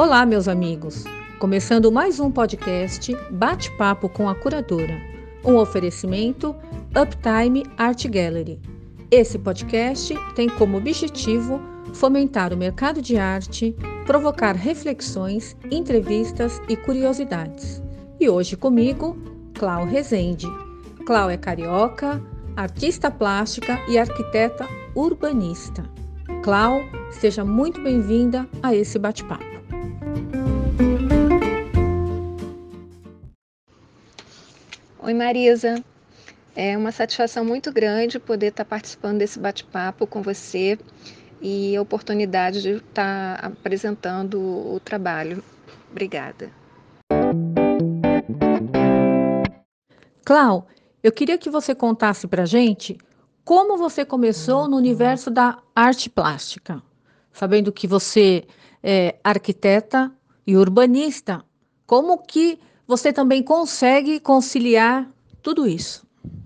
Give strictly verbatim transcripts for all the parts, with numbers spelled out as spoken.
Olá, meus amigos! Começando mais um podcast Bate-Papo com a Curadora, um oferecimento Uptime Art Gallery. Esse podcast tem como objetivo fomentar o mercado de arte, provocar reflexões, entrevistas e curiosidades. E hoje comigo, Clau Rezende. Clau é carioca, artista plástica e arquiteta urbanista. Clau, seja muito bem-vinda a esse bate-papo. Oi, Marisa. É uma satisfação muito grande poder estar participando desse bate-papo com você e a oportunidade de estar apresentando o trabalho. Obrigada. Clau, eu queria que você contasse para a gente como você começou no universo da arte plástica, sabendo que você é arquiteta e urbanista. Como que você também consegue conciliar tudo isso?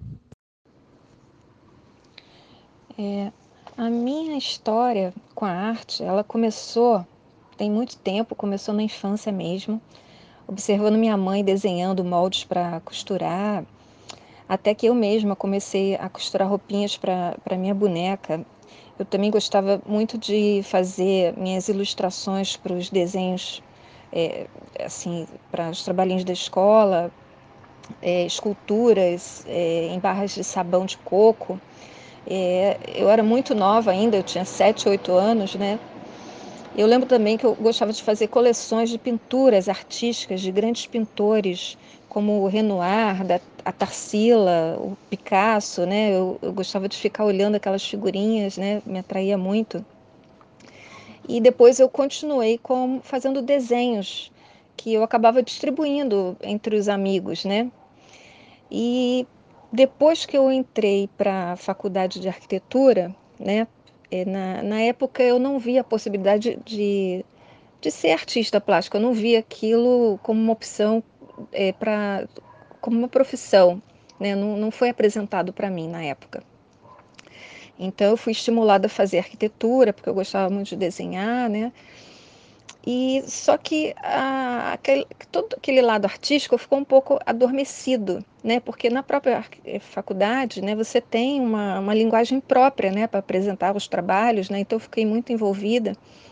É, a minha história com a arte, ela começou, tem muito tempo, começou na infância mesmo, observando minha mãe desenhando moldes para costurar, até que eu mesma comecei a costurar roupinhas para minha boneca. Eu também gostava muito de fazer minhas ilustrações para os desenhos, é, assim, para os trabalhinhos da escola, é, esculturas é, em barras de sabão de coco. É, eu era muito nova ainda, eu tinha sete, oito anos, né? Eu lembro também que eu gostava de fazer coleções de pinturas artísticas de grandes pintores, como o Renoir, da, a Tarsila, o Picasso, né? Eu, eu gostava de ficar olhando aquelas figurinhas, né? Me atraía muito. E depois eu continuei com, fazendo desenhos que eu acabava distribuindo entre os amigos, né? E depois que eu entrei para a faculdade de arquitetura, né? Na, na época eu não via a possibilidade de, de ser artista plástica, eu não via aquilo como uma opção é, para como uma profissão, né? Não, não foi apresentado para mim na época. Então eu fui estimulada a fazer arquitetura, porque eu gostava muito de desenhar, né? E só que a, aquele, todo aquele lado artístico ficou um pouco adormecido, né? Porque na própria faculdade, né, você tem uma, uma linguagem própria, né, para apresentar os trabalhos, né? Então eu fiquei muito envolvida.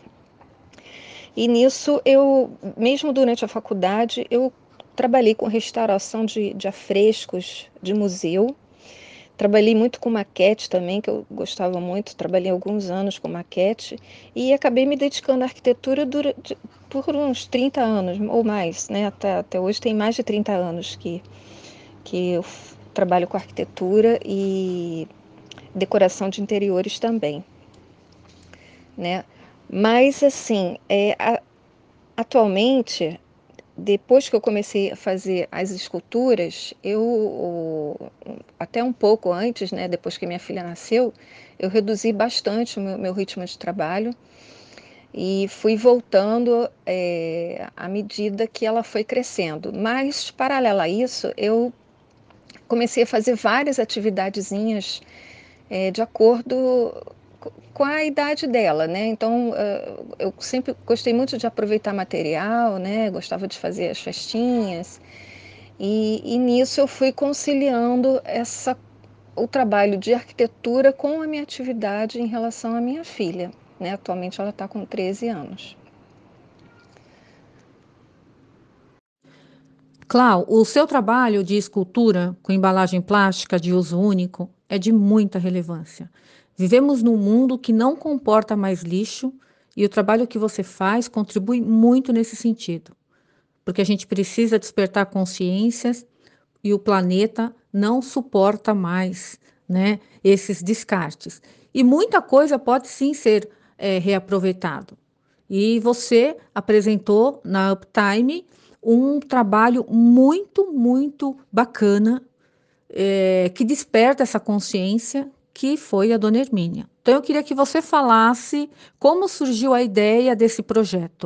E nisso eu, mesmo durante a faculdade, eu trabalhei com restauração de, de afrescos de museu. Trabalhei muito com maquete também, que eu gostava muito, trabalhei alguns anos com maquete e acabei me dedicando à arquitetura durante, por uns trinta anos ou mais, né? Até, até hoje tem mais de trinta anos que, que eu trabalho com arquitetura e decoração de interiores também, né? Mas, assim, é, a, atualmente, depois que eu comecei a fazer as esculturas, eu, até um pouco antes, né, depois que minha filha nasceu, eu reduzi bastante o meu, meu ritmo de trabalho e fui voltando é, à medida que ela foi crescendo. Mas, paralelo a isso, eu comecei a fazer várias atividadezinhas é, de acordo com a idade dela, né? Então, uh, eu sempre gostei muito de aproveitar material, né? Gostava de fazer as festinhas. E, e nisso eu fui conciliando essa, o trabalho de arquitetura com a minha atividade em relação à minha filha, né? Atualmente ela está com treze anos. Clau, o seu trabalho de escultura com embalagem plástica de uso único é de muita relevância. Vivemos num mundo que não comporta mais lixo e o trabalho que você faz contribui muito nesse sentido, porque a gente precisa despertar consciências e o planeta não suporta mais, né, esses descartes. E muita coisa pode sim ser é, reaproveitado. E você apresentou na Uptime um trabalho muito, muito bacana, é, que desperta essa consciência, que foi a Dona Hermínia. Então, eu queria que você falasse como surgiu a ideia desse projeto.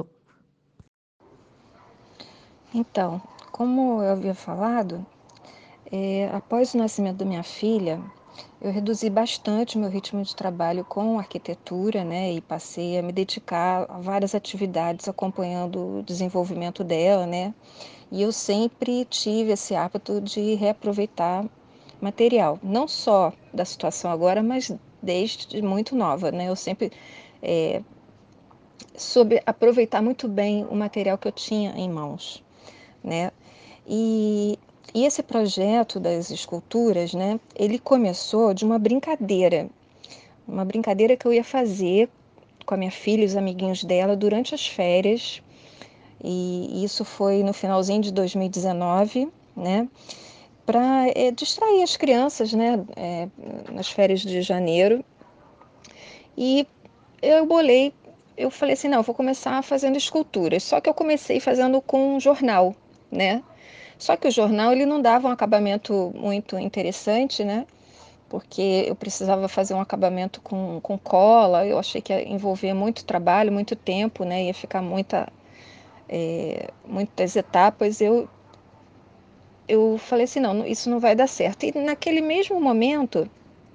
Então, como eu havia falado, é, após o nascimento da minha filha, eu reduzi bastante o meu ritmo de trabalho com arquitetura, né, e passei a me dedicar a várias atividades acompanhando o desenvolvimento dela, né, e eu sempre tive esse hábito de reaproveitar material, não só da situação agora, mas desde muito nova, né, eu sempre é, soube aproveitar muito bem o material que eu tinha em mãos, né, e e esse projeto das esculturas, né, ele começou de uma brincadeira, uma brincadeira que eu ia fazer com a minha filha e os amiguinhos dela durante as férias, e isso foi no finalzinho de dois mil e dezenove, né, para é, distrair as crianças, né, é, nas férias de janeiro. E eu bolei, eu falei assim, não, eu vou começar fazendo esculturas, só que eu comecei fazendo com um jornal, né, só que o jornal ele não dava um acabamento muito interessante, né? Porque eu precisava fazer um acabamento com, com cola, eu achei que ia envolver muito trabalho, muito tempo, né? Ia ficar muita, é, muitas etapas. Eu, eu falei assim, não, isso não vai dar certo. E naquele mesmo momento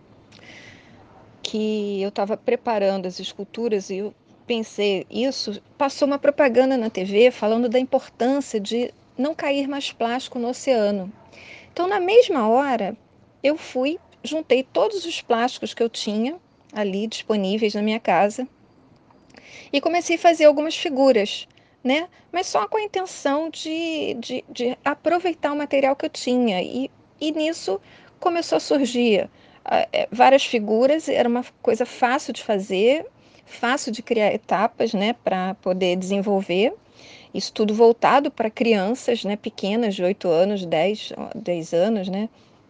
que eu estava preparando as esculturas e eu pensei isso, passou uma propaganda na T V falando da importância de não cair mais plástico no oceano. Então, na mesma hora, eu fui, juntei todos os plásticos que eu tinha ali disponíveis na minha casa e comecei a fazer algumas figuras, né? Mas só com a intenção de, de, de aproveitar o material que eu tinha. E, e nisso começou a surgir ah, eh, várias figuras, era uma coisa fácil de fazer, fácil de criar etapas, né, para poder desenvolver. Isso tudo voltado para crianças, né, pequenas, de oito anos, dez dez anos, né?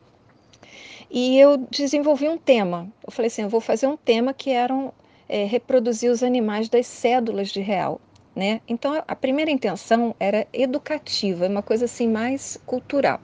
E eu desenvolvi um tema. Eu falei assim, eu vou fazer um tema que eram é, reproduzir os animais das cédulas de real, né? Então a primeira intenção era educativa, uma coisa assim mais cultural,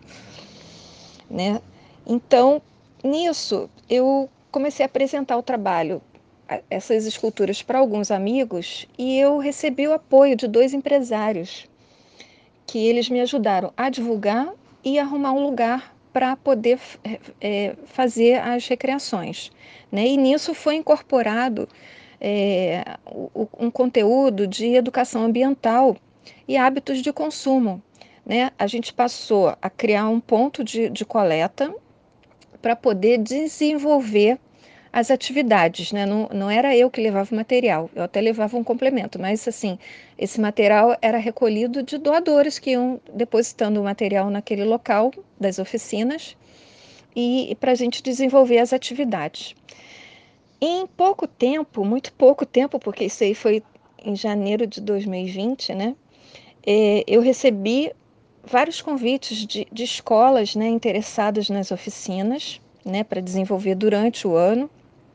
né? Então nisso eu comecei a apresentar o trabalho, essas esculturas para alguns amigos e eu recebi o apoio de dois empresários que eles me ajudaram a divulgar e arrumar um lugar para poder é, fazer as recreações, né? E nisso foi incorporado é, um conteúdo de educação ambiental e hábitos de consumo, né? A gente passou a criar um ponto de, de coleta para poder desenvolver as atividades, né? Não, não era eu que levava o material, eu até levava um complemento, mas assim, esse material era recolhido de doadores que iam depositando o material naquele local das oficinas e, e para a gente desenvolver as atividades. Em pouco tempo, muito pouco tempo, porque isso aí foi em janeiro de dois mil e vinte, né? É, eu recebi vários convites de, de escolas, né, interessadas nas oficinas, né, para desenvolver durante o ano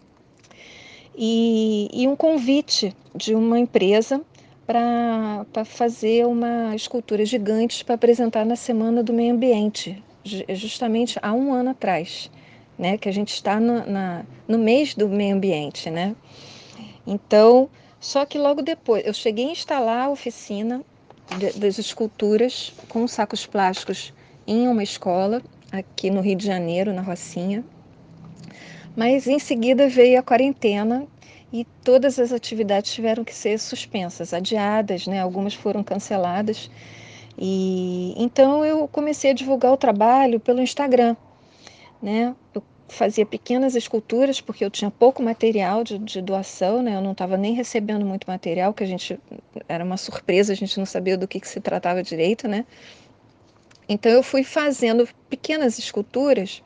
e, e um convite de uma empresa para fazer uma escultura gigante para apresentar na Semana do Meio Ambiente, justamente há um ano atrás, né, que a gente está no, na, no mês do meio ambiente, né? Então, só que logo depois, eu cheguei a instalar a oficina de, das esculturas com sacos plásticos em uma escola aqui no Rio de Janeiro, na Rocinha, mas em seguida veio a quarentena e todas as atividades tiveram que ser suspensas, adiadas, né? Algumas foram canceladas. E então eu comecei a divulgar o trabalho pelo Instagram, né? Eu fazia pequenas esculturas porque eu tinha pouco material de, de doação, né? Eu não estava nem recebendo muito material, que a gente era uma surpresa, a gente não sabia do que, que se tratava direito, né? Então eu fui fazendo pequenas esculturas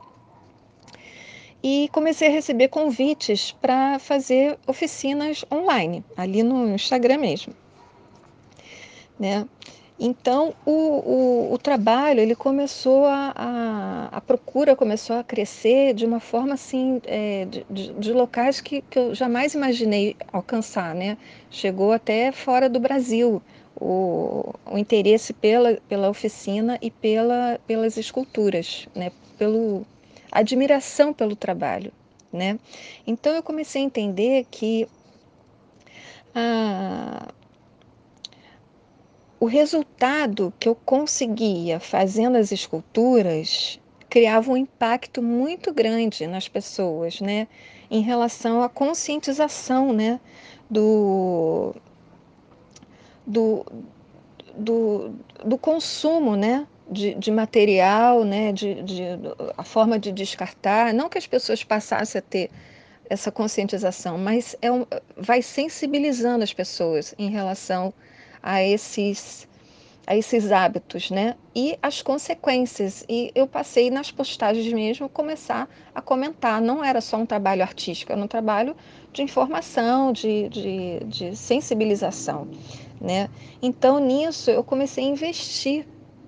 e comecei a receber convites para fazer oficinas online, ali no Instagram mesmo, né? Então, o, o, o trabalho, ele começou a, a, a procura começou a crescer de uma forma, assim, é, de, de, de locais que, que eu jamais imaginei alcançar, né? Chegou até fora do Brasil o, o interesse pela, pela oficina e pela, pelas esculturas, né? Pelo, admiração pelo trabalho, né? Então, eu comecei a entender que a o resultado que eu conseguia fazendo as esculturas criava um impacto muito grande nas pessoas, né? Em relação à conscientização, né? Do, do, do, do consumo, né? De, de material, né? De, de, a forma de descartar. Não que as pessoas passassem a ter essa conscientização, mas é um, vai sensibilizando as pessoas em relação a esses a esses hábitos, né? E as consequências. E eu passei nas postagens mesmo começar a comentar. Não era só um trabalho artístico, era um trabalho de informação, de, de, de sensibilização, né? Então nisso eu comecei a investir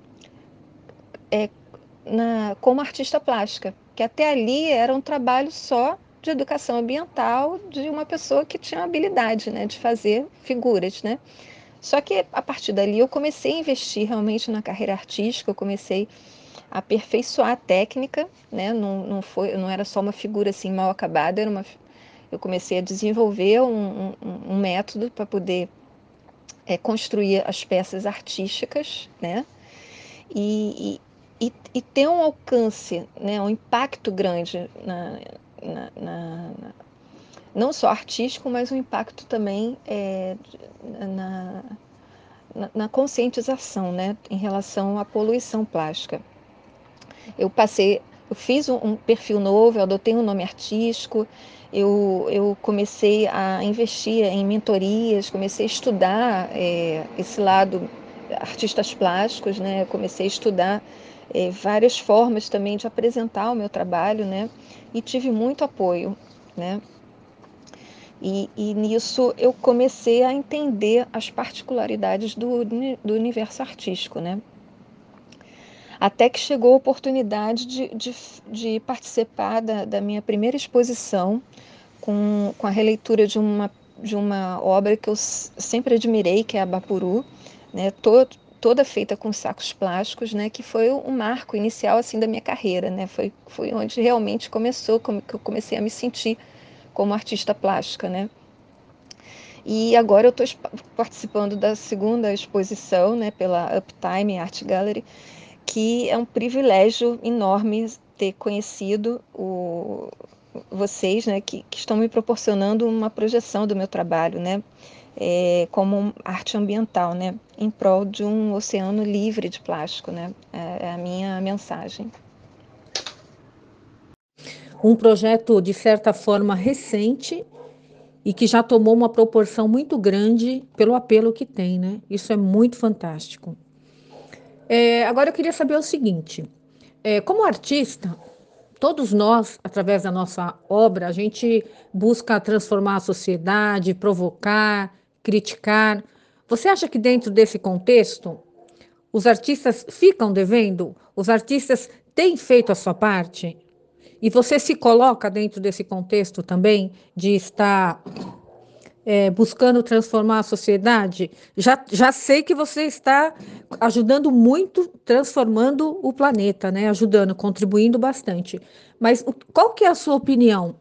é, na, como artista plástica, que até ali era um trabalho só de educação ambiental de uma pessoa que tinha habilidade, né, de fazer figuras, né? Só que a partir dali eu comecei a investir realmente na carreira artística, eu comecei a aperfeiçoar a técnica, né? Não, não, foi, não era só uma figura assim mal acabada, era uma, eu comecei a desenvolver um, um, um método para poder é, construir as peças artísticas, né? E, e, e, e ter um alcance, né? Um impacto grande na, na, na, na não só artístico, mas um impacto também é, na, na, na conscientização, né, em relação à poluição plástica. Eu passei, eu fiz um, um perfil novo, eu adotei um nome artístico, eu, eu comecei a investir em mentorias, comecei a estudar é, esse lado artistas plásticos, né, eu comecei a estudar é, várias formas também de apresentar o meu trabalho, né, e tive muito apoio, né. E, e nisso eu comecei a entender as particularidades do, do universo artístico, né? Até que chegou a oportunidade de, de, de participar da, da minha primeira exposição com, com a releitura de uma, de uma obra que eu sempre admirei, que é a Bapuru, né? Todo, toda feita com sacos plásticos, né? Que foi o marco inicial assim da minha carreira, né? Foi, foi onde realmente começou, como que eu comecei a me sentir como artista plástica, né? E agora eu estou participando da segunda exposição, né, pela Uptime Art Gallery, que é um privilégio enorme ter conhecido o, vocês, né, que, que estão me proporcionando uma projeção do meu trabalho, né, é, como arte ambiental, né, em prol de um oceano livre de plástico, né, é a minha mensagem. Um projeto, de certa forma, recente e que já tomou uma proporção muito grande pelo apelo que tem, né? Isso é muito fantástico. É, agora eu queria saber o seguinte: é, como artista, todos nós, através da nossa obra, a gente busca transformar a sociedade, provocar, criticar. Você acha que dentro desse contexto, os artistas ficam devendo? Os artistas têm feito a sua parte? E você se coloca dentro desse contexto também de estar é, buscando transformar a sociedade? Já, já sei que você está ajudando muito, transformando o planeta, né? Ajudando, contribuindo bastante. Mas o, qual que é a sua opinião?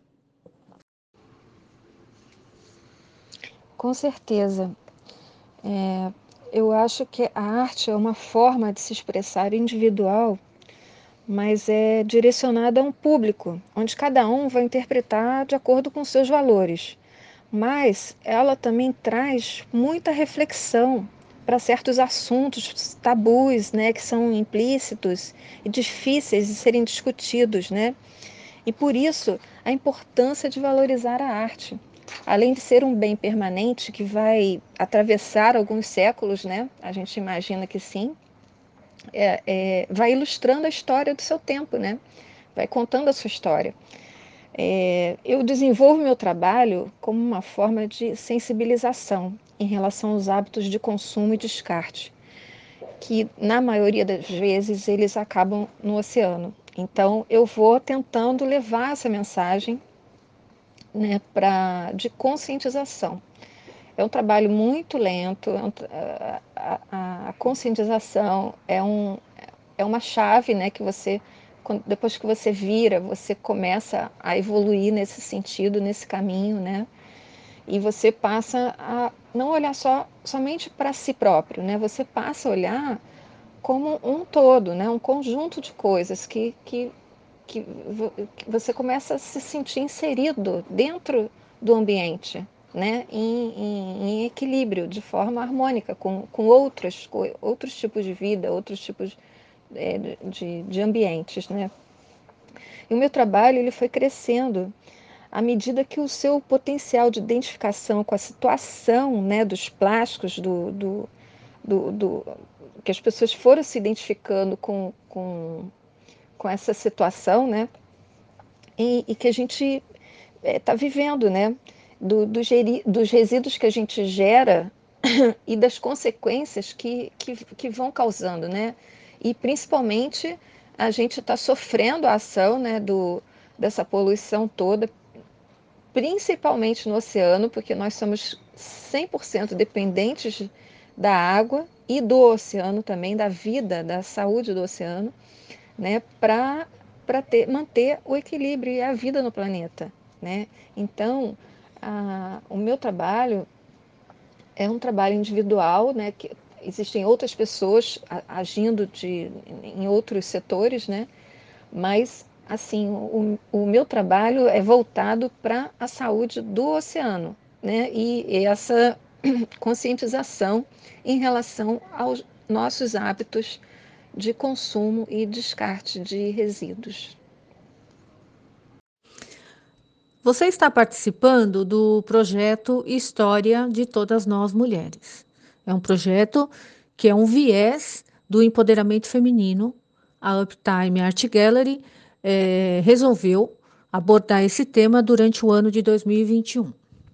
Com certeza. É, eu acho que a arte é uma forma de se expressar individual, mas é direcionada a um público, onde cada um vai interpretar de acordo com seus valores. Mas ela também traz muita reflexão para certos assuntos tabus, né, que são implícitos e difíceis de serem discutidos, né? E por isso a importância de valorizar a arte. Além de ser um bem permanente que vai atravessar alguns séculos, né? A gente imagina que sim, é, é, vai ilustrando a história do seu tempo, né? Vai contando a sua história. É, eu desenvolvo meu trabalho como uma forma de sensibilização em relação aos hábitos de consumo e descarte, que na maioria das vezes eles acabam no oceano. Então eu vou tentando levar essa mensagem, né, pra, de conscientização. É um trabalho muito lento, é um, a, a, a conscientização é, um, é uma chave, né, que você, depois que você vira, você começa a evoluir nesse sentido, nesse caminho, né? E você passa a não olhar só somente para si próprio, né? Você passa a olhar como um todo, né? Um conjunto de coisas que, que, que, que você começa a se sentir inserido dentro do ambiente, né? Em, em, em equilíbrio, de forma harmônica, com, com outros, outros tipos de vida, outros tipos é, de, de ambientes, né? E o meu trabalho ele foi crescendo à medida que o seu potencial de identificação com a situação, né, dos plásticos, do, do, do, do que as pessoas foram se identificando com, com, com essa situação, né, e, e que a gente está é, vivendo, né, do, do geri, dos resíduos que a gente gera e das consequências que, que, que vão causando, né, e principalmente a gente está sofrendo a ação, né, do, dessa poluição toda, principalmente no oceano, porque nós somos cem por cento dependentes da água e do oceano também, da vida, da saúde do oceano, né, para para manter o equilíbrio e a vida no planeta, né? Então, a, o meu trabalho é um trabalho individual, né, que existem outras pessoas agindo de, em outros setores, né, mas assim, o, o meu trabalho é voltado para a saúde do oceano, né? E, e essa conscientização em relação aos nossos hábitos de consumo e descarte de resíduos. Você está participando do projeto História de Todas Nós Mulheres. É um projeto que é um viés do empoderamento feminino. A Uptime Art Gallery é, resolveu abordar esse tema durante o ano de dois mil e vinte e um.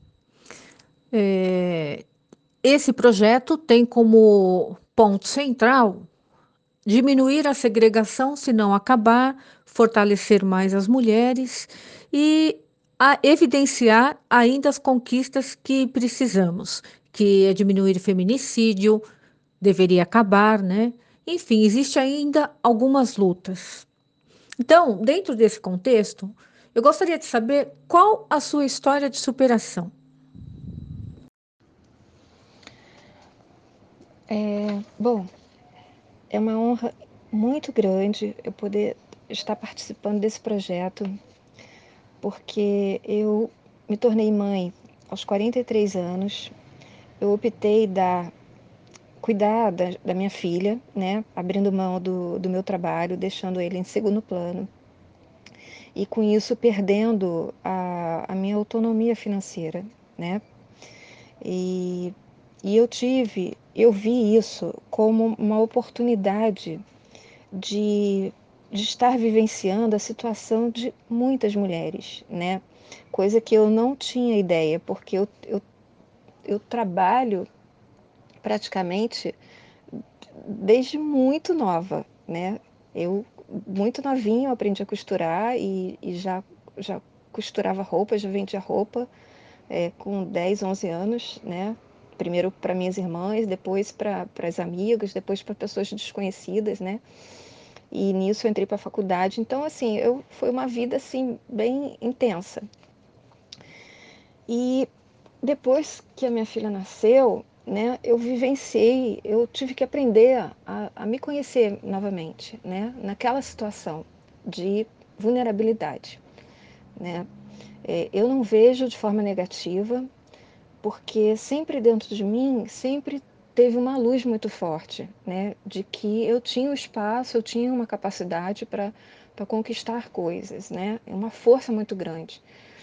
É, esse projeto tem como ponto central diminuir a segregação, se não acabar, fortalecer mais as mulheres e a evidenciar ainda as conquistas que precisamos, que é diminuir o feminicídio, deveria acabar, né? Enfim, existe ainda algumas lutas. Então, dentro desse contexto, eu gostaria de saber qual a sua história de superação. É, bom, é uma honra muito grande eu poder estar participando desse projeto, porque eu me tornei mãe aos quarenta e três anos. Eu optei dar cuidar da, da minha filha, né, abrindo mão do, do meu trabalho, deixando ele em segundo plano, e com isso perdendo a, a minha autonomia financeira, né? E, e eu tive, eu vi isso como uma oportunidade de, de estar vivenciando a situação de muitas mulheres, né? Coisa que eu não tinha ideia, porque eu, eu, eu trabalho praticamente desde muito nova, né? Eu, muito novinho, aprendi a costurar e, e já, já costurava roupa, já vendia roupa é, com dez, onze anos, né? Primeiro para minhas irmãs, depois para as amigas, depois para pessoas desconhecidas, né? E nisso eu entrei para a faculdade. Então, assim, eu, foi uma vida, assim, bem intensa. E depois que a minha filha nasceu, né, eu vivenciei, eu tive que aprender a, a me conhecer novamente, né, naquela situação de vulnerabilidade, né. É, eu não vejo de forma negativa, porque sempre dentro de mim, sempre teve uma luz muito forte, né, de que eu tinha um espaço, eu tinha uma capacidade para para conquistar coisas, né, é uma força muito grande.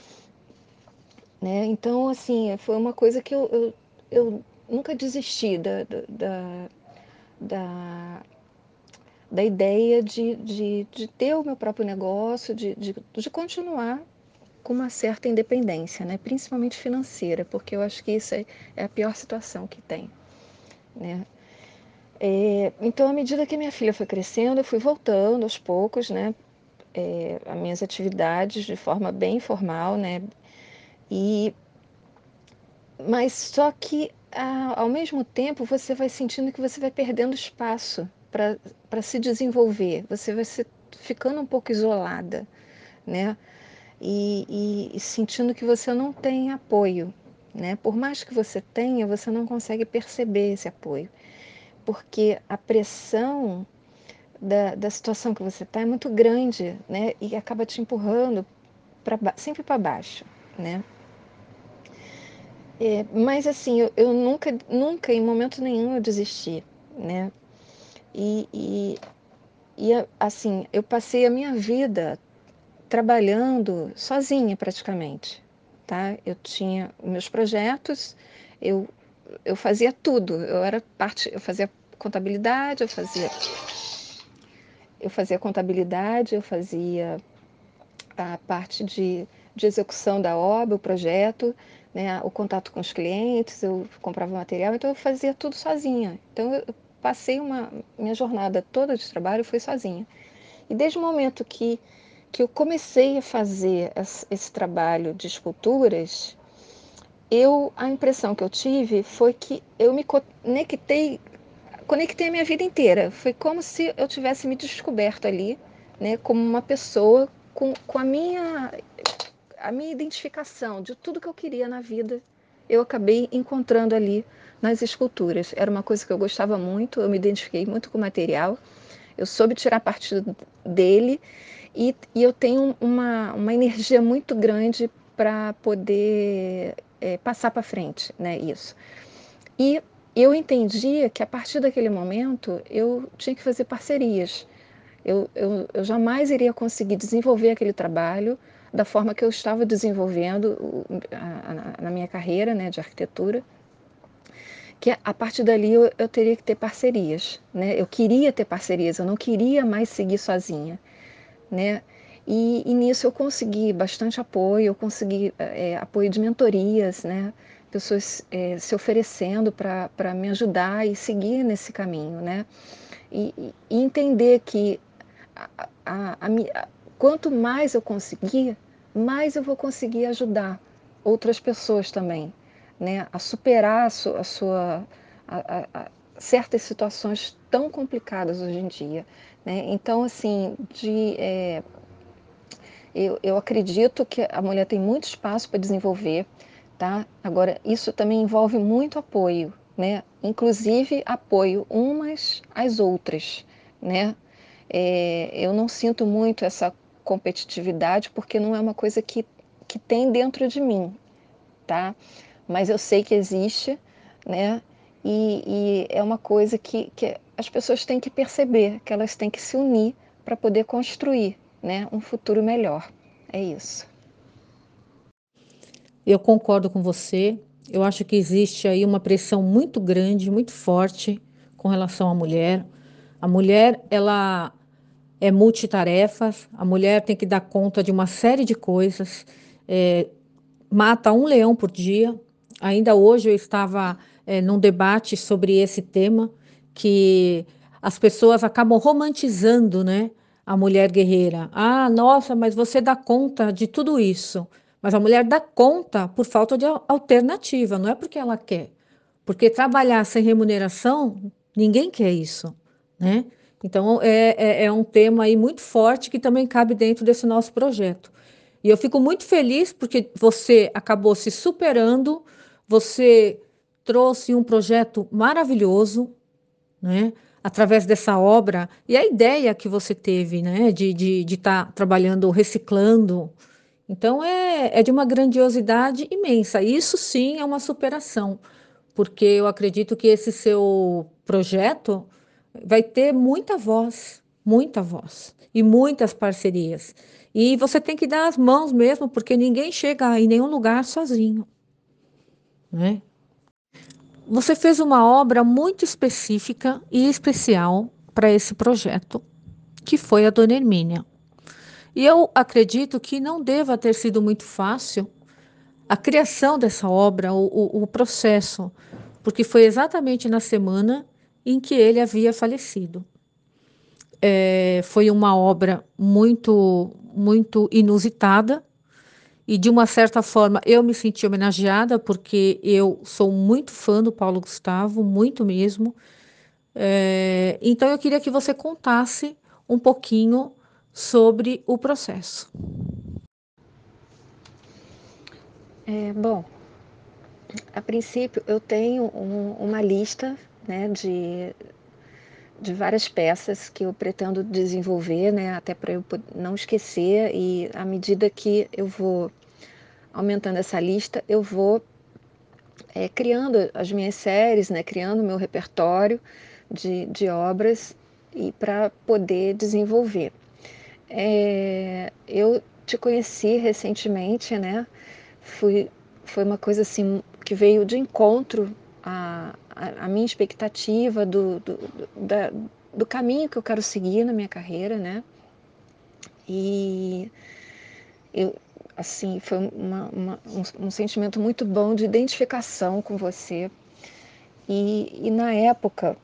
Né? Então, assim, foi uma coisa que eu, eu, eu nunca desisti da, da, da, da ideia de, de, de ter o meu próprio negócio, de, de, de continuar com uma certa independência, né? Principalmente financeira, porque eu acho que isso é, é a pior situação que tem. Né? É, então, à medida que minha filha foi crescendo, eu fui voltando aos poucos, né? É, as minhas atividades de forma bem informal, né? E Mas só que, ah, ao mesmo tempo, você vai sentindo que você vai perdendo espaço para para se desenvolver. Você vai se ficando um pouco isolada, né? E, e, e sentindo que você não tem apoio, né? Por mais que você tenha, você não consegue perceber esse apoio. porque a pressão da, da situação que você está é muito grande, né? E acaba te empurrando pra, sempre para baixo, né? É, mas assim, eu, eu nunca, nunca, em momento nenhum, eu desisti, né? E, e, e assim, eu passei a minha vida trabalhando sozinha praticamente, tá? Eu tinha meus projetos, eu, eu fazia tudo, eu era parte, eu fazia contabilidade, eu fazia, eu fazia contabilidade, eu fazia a parte de, de execução da obra, o projeto, né, o contato com os clientes, eu comprava material, então eu fazia tudo sozinha. Então eu passei uma minha jornada toda de trabalho foi sozinha. E desde o momento que que eu comecei a fazer esse, esse trabalho de esculturas, eu a impressão que eu tive foi que eu me conectei conectei a minha vida inteira. Foi como se eu tivesse me descoberto ali, né, como uma pessoa com, com a minha a minha identificação de tudo que eu queria na vida, eu acabei encontrando ali nas esculturas. Era uma coisa que eu gostava muito, eu me identifiquei muito com o material, eu soube tirar partido dele e, e eu tenho uma, uma energia muito grande para poder é, passar para frente, né, isso. E eu entendia que a partir daquele momento eu tinha que fazer parcerias. Eu, eu, eu jamais iria conseguir desenvolver aquele trabalho da forma que eu estava desenvolvendo a, a, na minha carreira, né, de arquitetura, que a partir dali eu, eu teria que ter parcerias, né? Eu queria ter parcerias, eu não queria mais seguir sozinha, né? E, e nisso eu consegui bastante apoio, eu consegui é, apoio de mentorias, né? Pessoas é, se oferecendo para me ajudar e seguir nesse caminho, né? E, e entender que a, a, a, a, quanto mais eu conseguir, mais eu vou conseguir ajudar outras pessoas também, né, a superar a, su, a sua a, a, certas situações tão complicadas hoje em dia, né? Então, assim, de, é, eu, eu acredito que a mulher tem muito espaço para desenvolver, tá? Agora, isso também envolve muito apoio, né? Inclusive apoio umas às outras, né? É, eu não sinto muito essa competitividade porque não é uma coisa que, que tem dentro de mim, tá? Mas eu sei que existe, né? E, e é uma coisa que, que as pessoas têm que perceber, que elas têm que se unir para poder construir, né, um futuro melhor. É isso. Eu concordo com você. Eu acho que existe aí uma pressão muito grande, muito forte com relação à mulher. A mulher, ela é multitarefas, a mulher tem que dar conta de uma série de coisas, é, mata um leão por dia. Ainda hoje eu estava é, num debate sobre esse tema, que as pessoas acabam romantizando, né, a mulher guerreira. Ah, nossa, mas você dá conta de tudo isso. Mas a mulher dá conta por falta de alternativa, não é porque ela quer. Porque trabalhar sem remuneração, ninguém quer isso, né? Então, é, é, é um tema aí muito forte que também cabe dentro desse nosso projeto. E eu fico muito feliz porque você acabou se superando, você trouxe um projeto maravilhoso, né? Através dessa obra, e a ideia que você teve, né? De estar de, de tá trabalhando, reciclando. Então, é, é de uma grandiosidade imensa. Isso sim é uma superação, porque eu acredito que esse seu projeto vai ter muita voz, muita voz e muitas parcerias. E você tem que dar as mãos mesmo, porque ninguém chega em nenhum lugar sozinho, né? Você fez uma obra muito específica e especial para esse projeto, que foi a Dona Hermínia. E eu acredito que não deva ter sido muito fácil a criação dessa obra, o, o, o processo, porque foi exatamente na semana em que ele havia falecido. É, foi uma obra muito, muito inusitada e, de uma certa forma, eu me senti homenageada porque eu sou muito fã do Paulo Gustavo, muito mesmo. É, então, eu queria que você contasse um pouquinho sobre o processo. É, bom, a princípio eu tenho um, uma lista, né, de, de várias peças que eu pretendo desenvolver, né, até para eu não esquecer, e à medida que eu vou aumentando essa lista, eu vou é, criando as minhas séries, né, criando o meu repertório de, de obras e para poder desenvolver. É, eu te conheci recentemente, né? Fui, foi uma coisa assim que veio de encontro à, à, à minha expectativa do, do, do, da, do caminho que eu quero seguir na minha carreira, né? E eu, assim, foi uma, uma, um, um sentimento muito bom de identificação com você. E, e na época,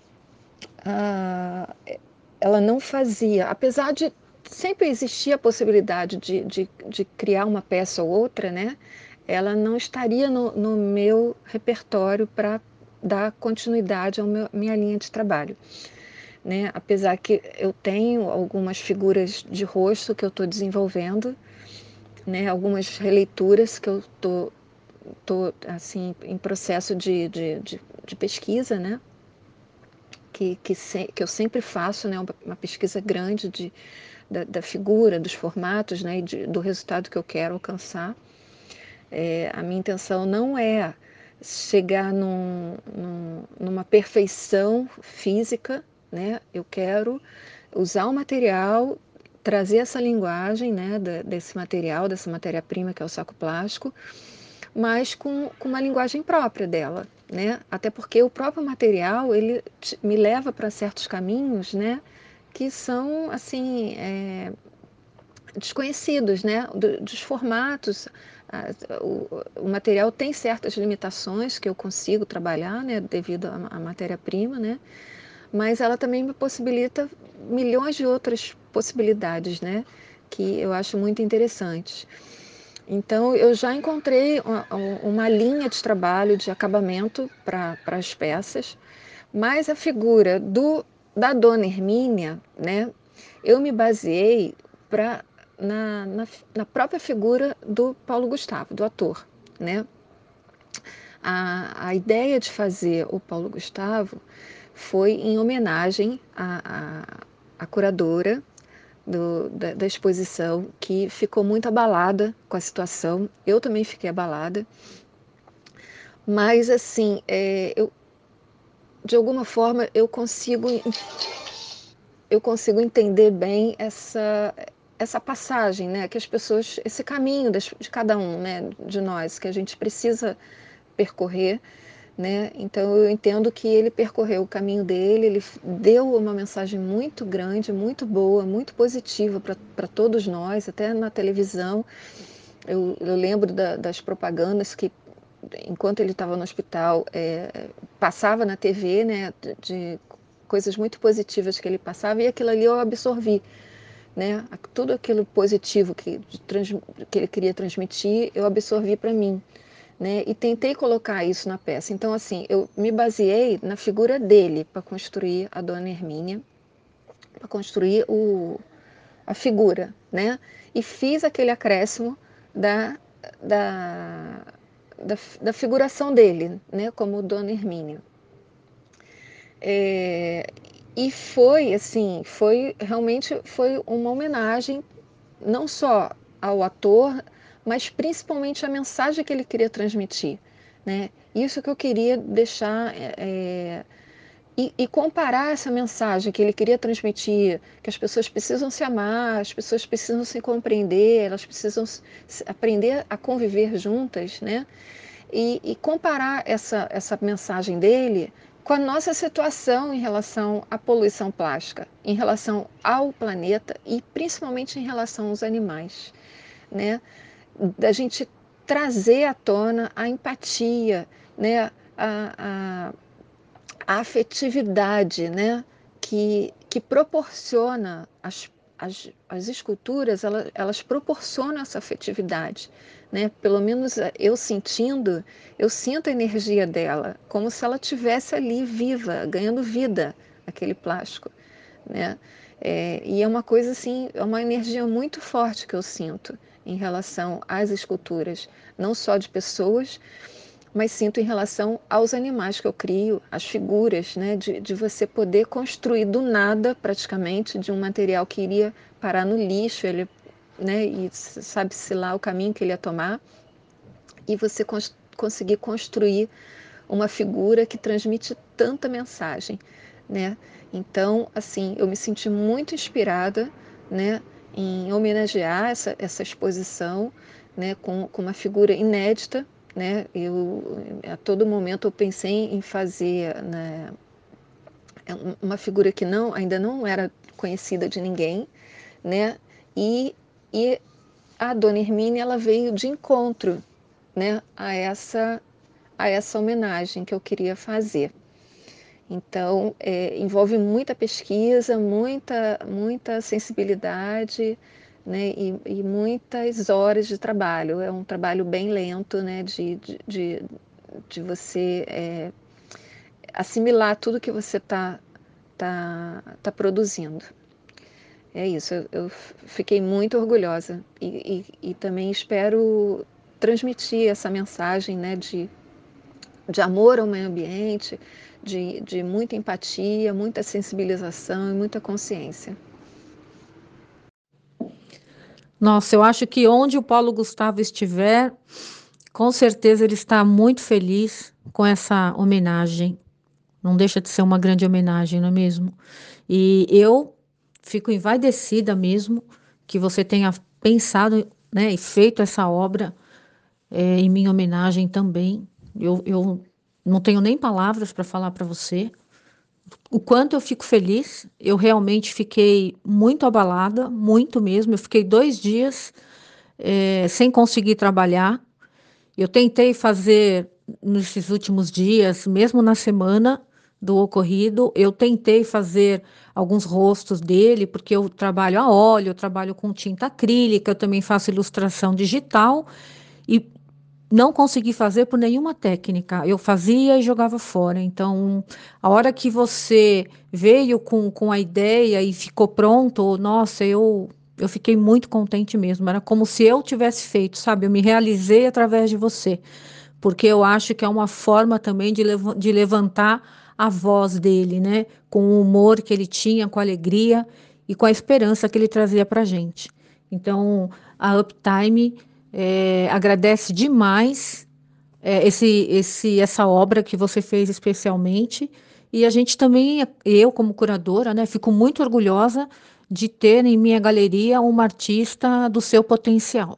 ah, ela não fazia, apesar de sempre existir a possibilidade de, de, de criar uma peça ou outra, né? Ela não estaria no, no meu repertório para dar continuidade à minha linha de trabalho. Né? Apesar que eu tenho algumas figuras de rosto que eu estou desenvolvendo, né? Algumas releituras que eu estou tô, assim, em processo de, de, de, de pesquisa, né? Que, que, se, que eu sempre faço, né? uma, uma pesquisa grande de, da, da figura, dos formatos, né? E de, do resultado que eu quero alcançar. É, a minha intenção não é chegar num, num, numa perfeição física, né? Eu quero usar o material, trazer essa linguagem, né, desse material, dessa matéria-prima que é o saco plástico, mas com, com uma linguagem própria dela, né? Até porque o próprio material ele me leva para certos caminhos, né, que são assim é, desconhecidos, né? Do, dos formatos. A, o, o material tem certas limitações que eu consigo trabalhar, né, devido à matéria-prima, né? Mas ela também me possibilita milhões de outras possibilidades, né? Que eu acho muito interessantes. Então, eu já encontrei uma, uma linha de trabalho, de acabamento para as peças, mas a figura do, da Dona Hermínia, né, eu me baseei pra, na, na, na própria figura do Paulo Gustavo, do ator. Né? A, a ideia de fazer o Paulo Gustavo foi em homenagem à, à, à curadora do, da, da exposição, que ficou muito abalada com a situação. Eu também fiquei abalada. Mas, assim, é, eu, de alguma forma, eu consigo, eu consigo entender bem essa, essa passagem, né? Que as pessoas, esse caminho de, de cada um, né? De nós, que a gente precisa percorrer. Né? Então eu entendo que ele percorreu o caminho dele, ele deu uma mensagem muito grande, muito boa, muito positiva para todos nós, até na televisão. Eu, eu lembro da, das propagandas que, enquanto ele estava no hospital, é, passava na T V, né, de, de coisas muito positivas que ele passava, e aquilo ali eu absorvi. Né? Tudo aquilo positivo que, trans, que ele queria transmitir, eu absorvi para mim. Né? E tentei colocar isso na peça. Então, assim, eu me baseei na figura dele para construir a Dona Hermínia, para construir o, a figura, né? E fiz aquele acréscimo da, da, da, da figuração dele, né? Como Dona Hermínia. É, e foi, assim, foi realmente foi uma homenagem não só ao ator, mas principalmente a mensagem que ele queria transmitir. Né? Isso que eu queria deixar é, e, e comparar essa mensagem que ele queria transmitir, que as pessoas precisam se amar, as pessoas precisam se compreender, elas precisam aprender a conviver juntas, né? E, e comparar essa, essa mensagem dele com a nossa situação em relação à poluição plástica, em relação ao planeta e principalmente em relação aos animais, né? Da gente trazer à tona a empatia, né? a, a, a afetividade, né? que, que proporciona as, as, as esculturas, elas, elas proporcionam essa afetividade. Né? Pelo menos eu sentindo, eu sinto a energia dela, como se ela tivesse ali viva, ganhando vida, aquele plástico. Né? É, e é uma coisa assim, é uma energia muito forte que eu sinto em relação às esculturas, não só de pessoas, mas sinto em relação aos animais que eu crio, as figuras, né, de, de você poder construir do nada, praticamente, de um material que iria parar no lixo, ele, né, e sabe-se lá o caminho que ele ia tomar, e você cons conseguir construir uma figura que transmite tanta mensagem, né? Então, assim, eu me senti muito inspirada, né, em homenagear essa, essa exposição, né, com, com uma figura inédita, né? Eu, a todo momento eu pensei em fazer, né, uma figura que não, ainda não era conhecida de ninguém, né? E, e a Dona Hermínia, ela veio de encontro, né, a essa a essa homenagem que eu queria fazer. Então, é, envolve muita pesquisa, muita, muita sensibilidade, né, e, e muitas horas de trabalho. É um trabalho bem lento, né, de, de, de, de você é, assimilar tudo que você está tá, tá produzindo. É isso, eu, eu fiquei muito orgulhosa e, e, e também espero transmitir essa mensagem, né, de de amor ao meio ambiente, de, de muita empatia, muita sensibilização e muita consciência. Nossa, eu acho que onde o Paulo Gustavo estiver, com certeza ele está muito feliz com essa homenagem. Não deixa de ser uma grande homenagem, não é mesmo? E eu fico envaidecida mesmo que você tenha pensado, né, e feito essa obra é, em minha homenagem também. Eu, eu não tenho nem palavras para falar para você o quanto eu fico feliz. Eu realmente fiquei muito abalada, muito mesmo. Eu fiquei dois dias é, sem conseguir trabalhar. Eu tentei fazer nesses últimos dias, mesmo na semana do ocorrido, eu tentei fazer alguns rostos dele, porque eu trabalho a óleo, eu trabalho com tinta acrílica, eu também faço ilustração digital e não consegui fazer por nenhuma técnica. Eu fazia e jogava fora. Então, a hora que você veio com, com a ideia e ficou pronto, nossa, eu, eu fiquei muito contente mesmo. Era como se eu tivesse feito, sabe? Eu me realizei através de você, porque eu acho que é uma forma também de, lev de levantar a voz dele, né? Com o humor que ele tinha, com a alegria e com a esperança que ele trazia para a gente. Então, a Uptime é, agradece demais é, esse, esse, essa obra que você fez especialmente. E a gente também, eu como curadora, né, fico muito orgulhosa de ter em minha galeria uma artista do seu potencial.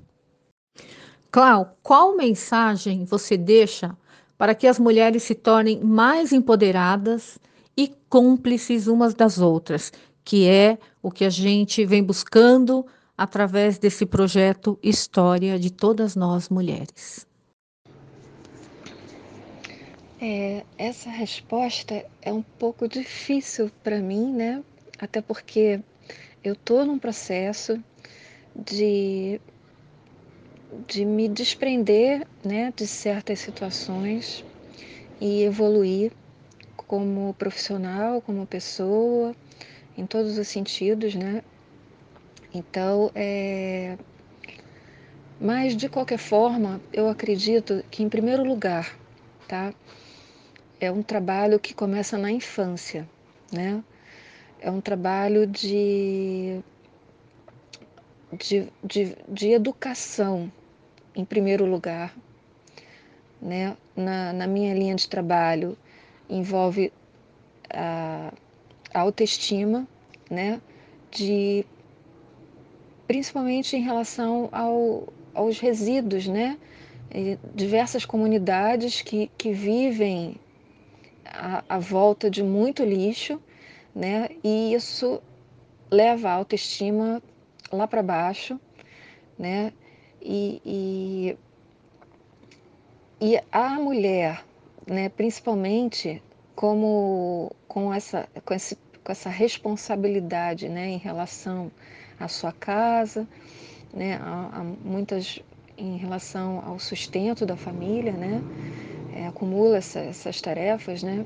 Clau, qual mensagem você deixa para que as mulheres se tornem mais empoderadas e cúmplices umas das outras, que é o que a gente vem buscando através desse projeto História de Todas Nós Mulheres? É, essa resposta é um pouco difícil para mim, né? Até porque eu estou num processo de, de me desprender, né, de certas situações e evoluir como profissional, como pessoa, em todos os sentidos, né? Então, é... mas de qualquer forma, eu acredito que, em primeiro lugar, tá? É um trabalho que começa na infância, né? É um trabalho de, de, de, de educação, em primeiro lugar, né? Na, na minha linha de trabalho, envolve a, a autoestima, né? De, principalmente em relação ao, aos resíduos, né? E diversas comunidades que, que vivem à, à volta de muito lixo, né? E isso leva a autoestima lá para baixo, né? E, e, e a mulher, né, principalmente como com essa, com esse, com essa responsabilidade, né, em relação à sua casa, né, a, a muitas em relação ao sustento da família, né, é, acumula essa, essas tarefas, né,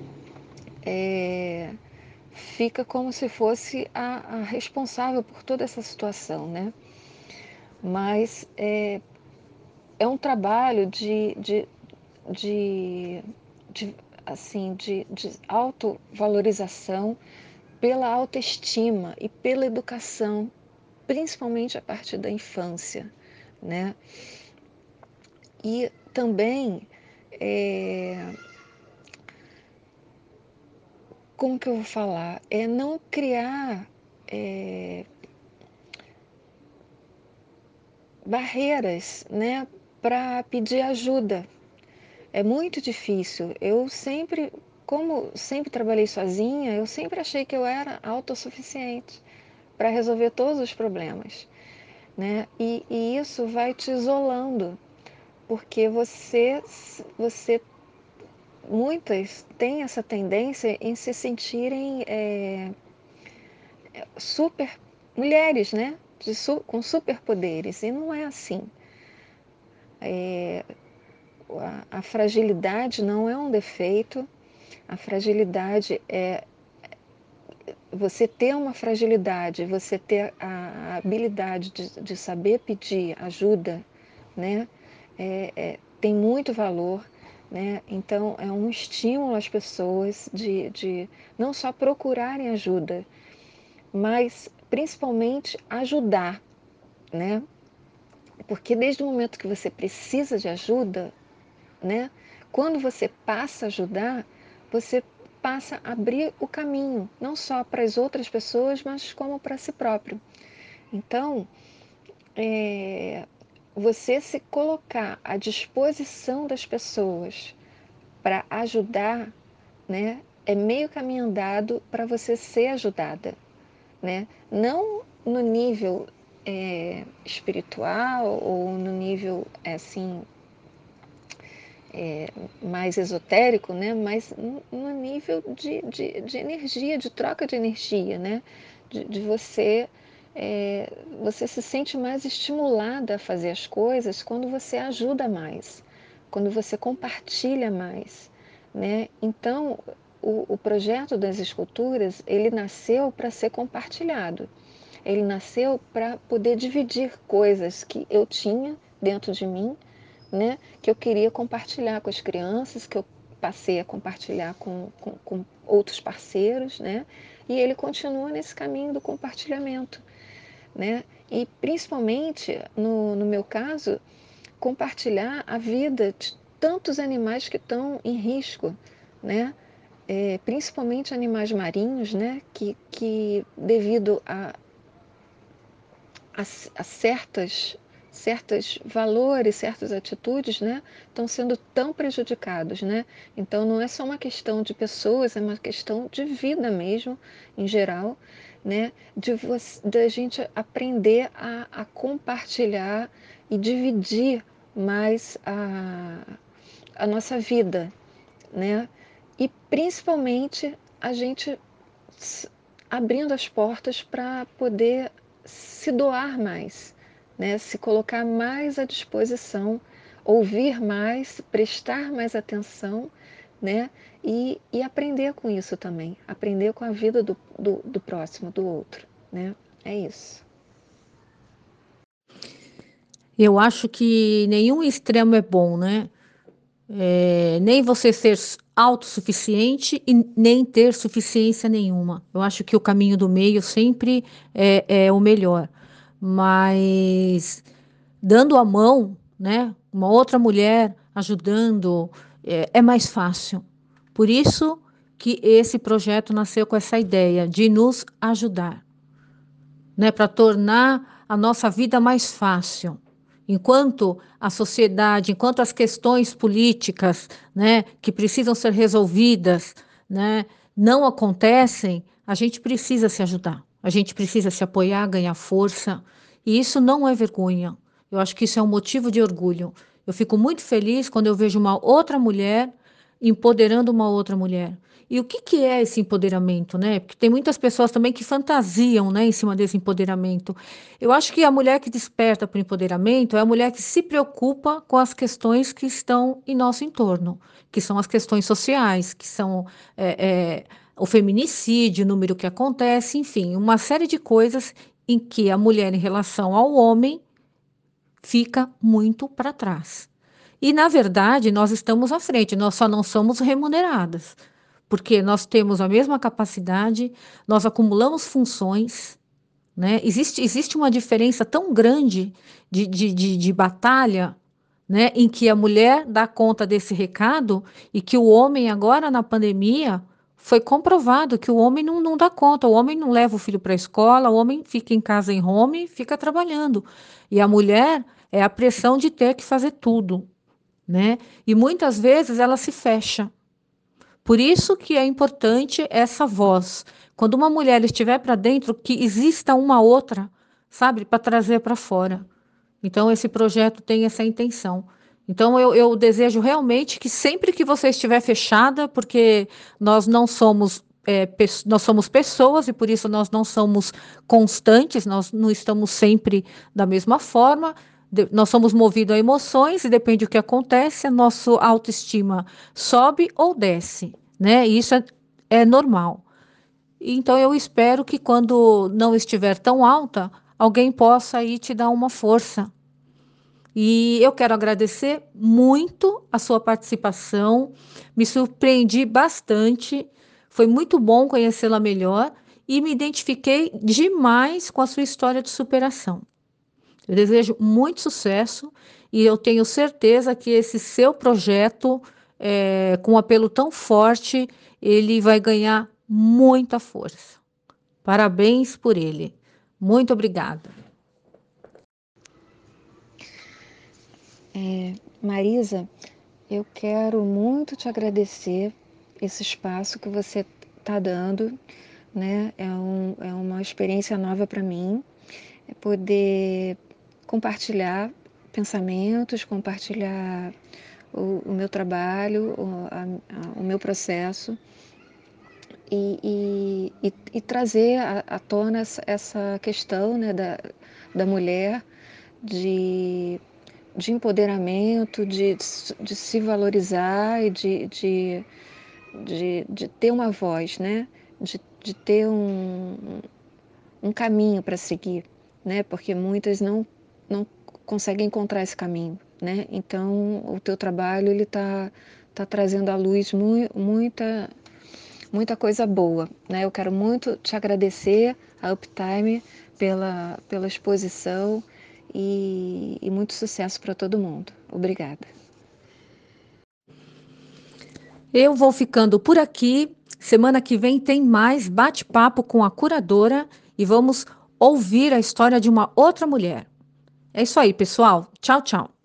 é, fica como se fosse a, a responsável por toda essa situação, né, mas é, é um trabalho de, de de, de assim, de, de autovalorização pela autoestima e pela educação, principalmente a partir da infância, né? E também, é, como que eu vou falar? É não criar é, barreiras, né, para pedir ajuda. É muito difícil. Eu sempre, como sempre trabalhei sozinha, eu sempre achei que eu era autossuficiente para resolver todos os problemas, né? E, e isso vai te isolando, porque você, você, muitas têm essa tendência em se sentirem é, super mulheres, né? De su, com superpoderes, e não é assim. É, a, a fragilidade não é um defeito, a fragilidade é você ter uma fragilidade, você ter a habilidade de, de saber pedir ajuda, né? É, é, tem muito valor, né? Então é um estímulo às pessoas de, de não só procurarem ajuda, mas principalmente ajudar, né? Porque desde o momento que você precisa de ajuda, né? Quando você passa a ajudar, você passa a abrir o caminho, não só para as outras pessoas, mas como para si próprio. Então, é, você se colocar à disposição das pessoas para ajudar, né, é meio caminho andado para você ser ajudada, né? Não no nível é, espiritual ou no nível assim é, mais esotérico, né? Mas no nível de, de, de energia, de troca de energia, né? De, de você, é, você se sente mais estimulada a fazer as coisas quando você ajuda mais, quando você compartilha mais, né? Então, o, o projeto das esculturas, ele nasceu para ser compartilhado. Ele nasceu para poder dividir coisas que eu tinha dentro de mim, né, que eu queria compartilhar com as crianças, que eu passei a compartilhar com, com, com outros parceiros, né, e ele continua nesse caminho do compartilhamento, né, e principalmente, no, no meu caso, compartilhar a vida de tantos animais que estão em risco, né, é, principalmente animais marinhos, né, que, que devido a, a, a certas certos valores, certas atitudes, né, estão sendo tão prejudicados, né? Então não é só uma questão de pessoas, é uma questão de vida mesmo, em geral, né? De você, da gente aprender a, a compartilhar e dividir mais a, a nossa vida, né? E principalmente a gente abrindo as portas para poder se doar mais, né? Se colocar mais à disposição, ouvir mais, prestar mais atenção, né? E, e aprender com isso também, aprender com a vida do, do, do próximo, do outro, né? É isso. Eu acho que nenhum extremo é bom, né? É, nem você ser autossuficiente e nem ter suficiência nenhuma. Eu acho que o caminho do meio sempre é, é o melhor. Mas dando a mão, né? Uma outra mulher ajudando, é, é mais fácil. Por isso que esse projeto nasceu com essa ideia de nos ajudar, né, para tornar a nossa vida mais fácil. Enquanto a sociedade, enquanto as questões políticas, né, que precisam ser resolvidas, né, não acontecem, a gente precisa se ajudar, a gente precisa se apoiar, ganhar força, e isso não é vergonha. Eu acho que isso é um motivo de orgulho. Eu fico muito feliz quando eu vejo uma outra mulher empoderando uma outra mulher. E o que, que é esse empoderamento, né? Porque tem muitas pessoas também que fantasiam, né, em cima desse empoderamento. Eu acho que a mulher que desperta para o empoderamento é a mulher que se preocupa com as questões que estão em nosso entorno, que são as questões sociais, que são é, é, o feminicídio, o número que acontece, enfim, uma série de coisas em que a mulher, em relação ao homem, fica muito para trás. E, na verdade, nós estamos à frente, nós só não somos remuneradas, porque nós temos a mesma capacidade, nós acumulamos funções, né? Existe, existe uma diferença tão grande de, de, de, de batalha, né, em que a mulher dá conta desse recado e que o homem, agora na pandemia, foi comprovado que o homem não, não dá conta, o homem não leva o filho para a escola, o homem fica em casa em home e fica trabalhando. E a mulher é a pressão de ter que fazer tudo, né? E muitas vezes ela se fecha. Por isso que é importante essa voz. Quando uma mulher estiver para dentro, que exista uma outra, sabe, para trazer para fora. Então, esse projeto tem essa intenção. Então, eu, eu desejo realmente que sempre que você estiver fechada, porque nós não somos, é, nós somos pessoas e por isso nós não somos constantes, nós não estamos sempre da mesma forma, de, nós somos movidos a emoções e depende do que acontece, a nossa autoestima sobe ou desce, né? E isso é, é normal. Então, eu espero que quando não estiver tão alta, alguém possa aí te dar uma força. E eu quero agradecer muito a sua participação, me surpreendi bastante, foi muito bom conhecê-la melhor e me identifiquei demais com a sua história de superação. Eu desejo muito sucesso e eu tenho certeza que esse seu projeto, é, com um apelo tão forte, ele vai ganhar muita força. Parabéns por ele. Muito obrigada. É, Marisa, eu quero muito te agradecer esse espaço que você está dando, né? É, um, é uma experiência nova para mim, é poder compartilhar pensamentos, compartilhar o, o meu trabalho, o, a, a, o meu processo e, e, e, e trazer à, à tona essa, essa questão, né, da, da mulher, de de empoderamento, de, de se valorizar e de, de, de, de ter uma voz, né? De, de ter um, um caminho para seguir, né? Porque muitas não, não conseguem encontrar esse caminho, né? Então, o teu trabalho ele está tá trazendo à luz mu muita, muita coisa boa, né? Eu quero muito te agradecer, a Uptime, pela, pela exposição e, e muito sucesso para todo mundo. Obrigada. Eu vou ficando por aqui. Semana que vem tem mais bate-papo com a curadora e vamos ouvir a história de uma outra mulher. É isso aí, pessoal. Tchau, tchau.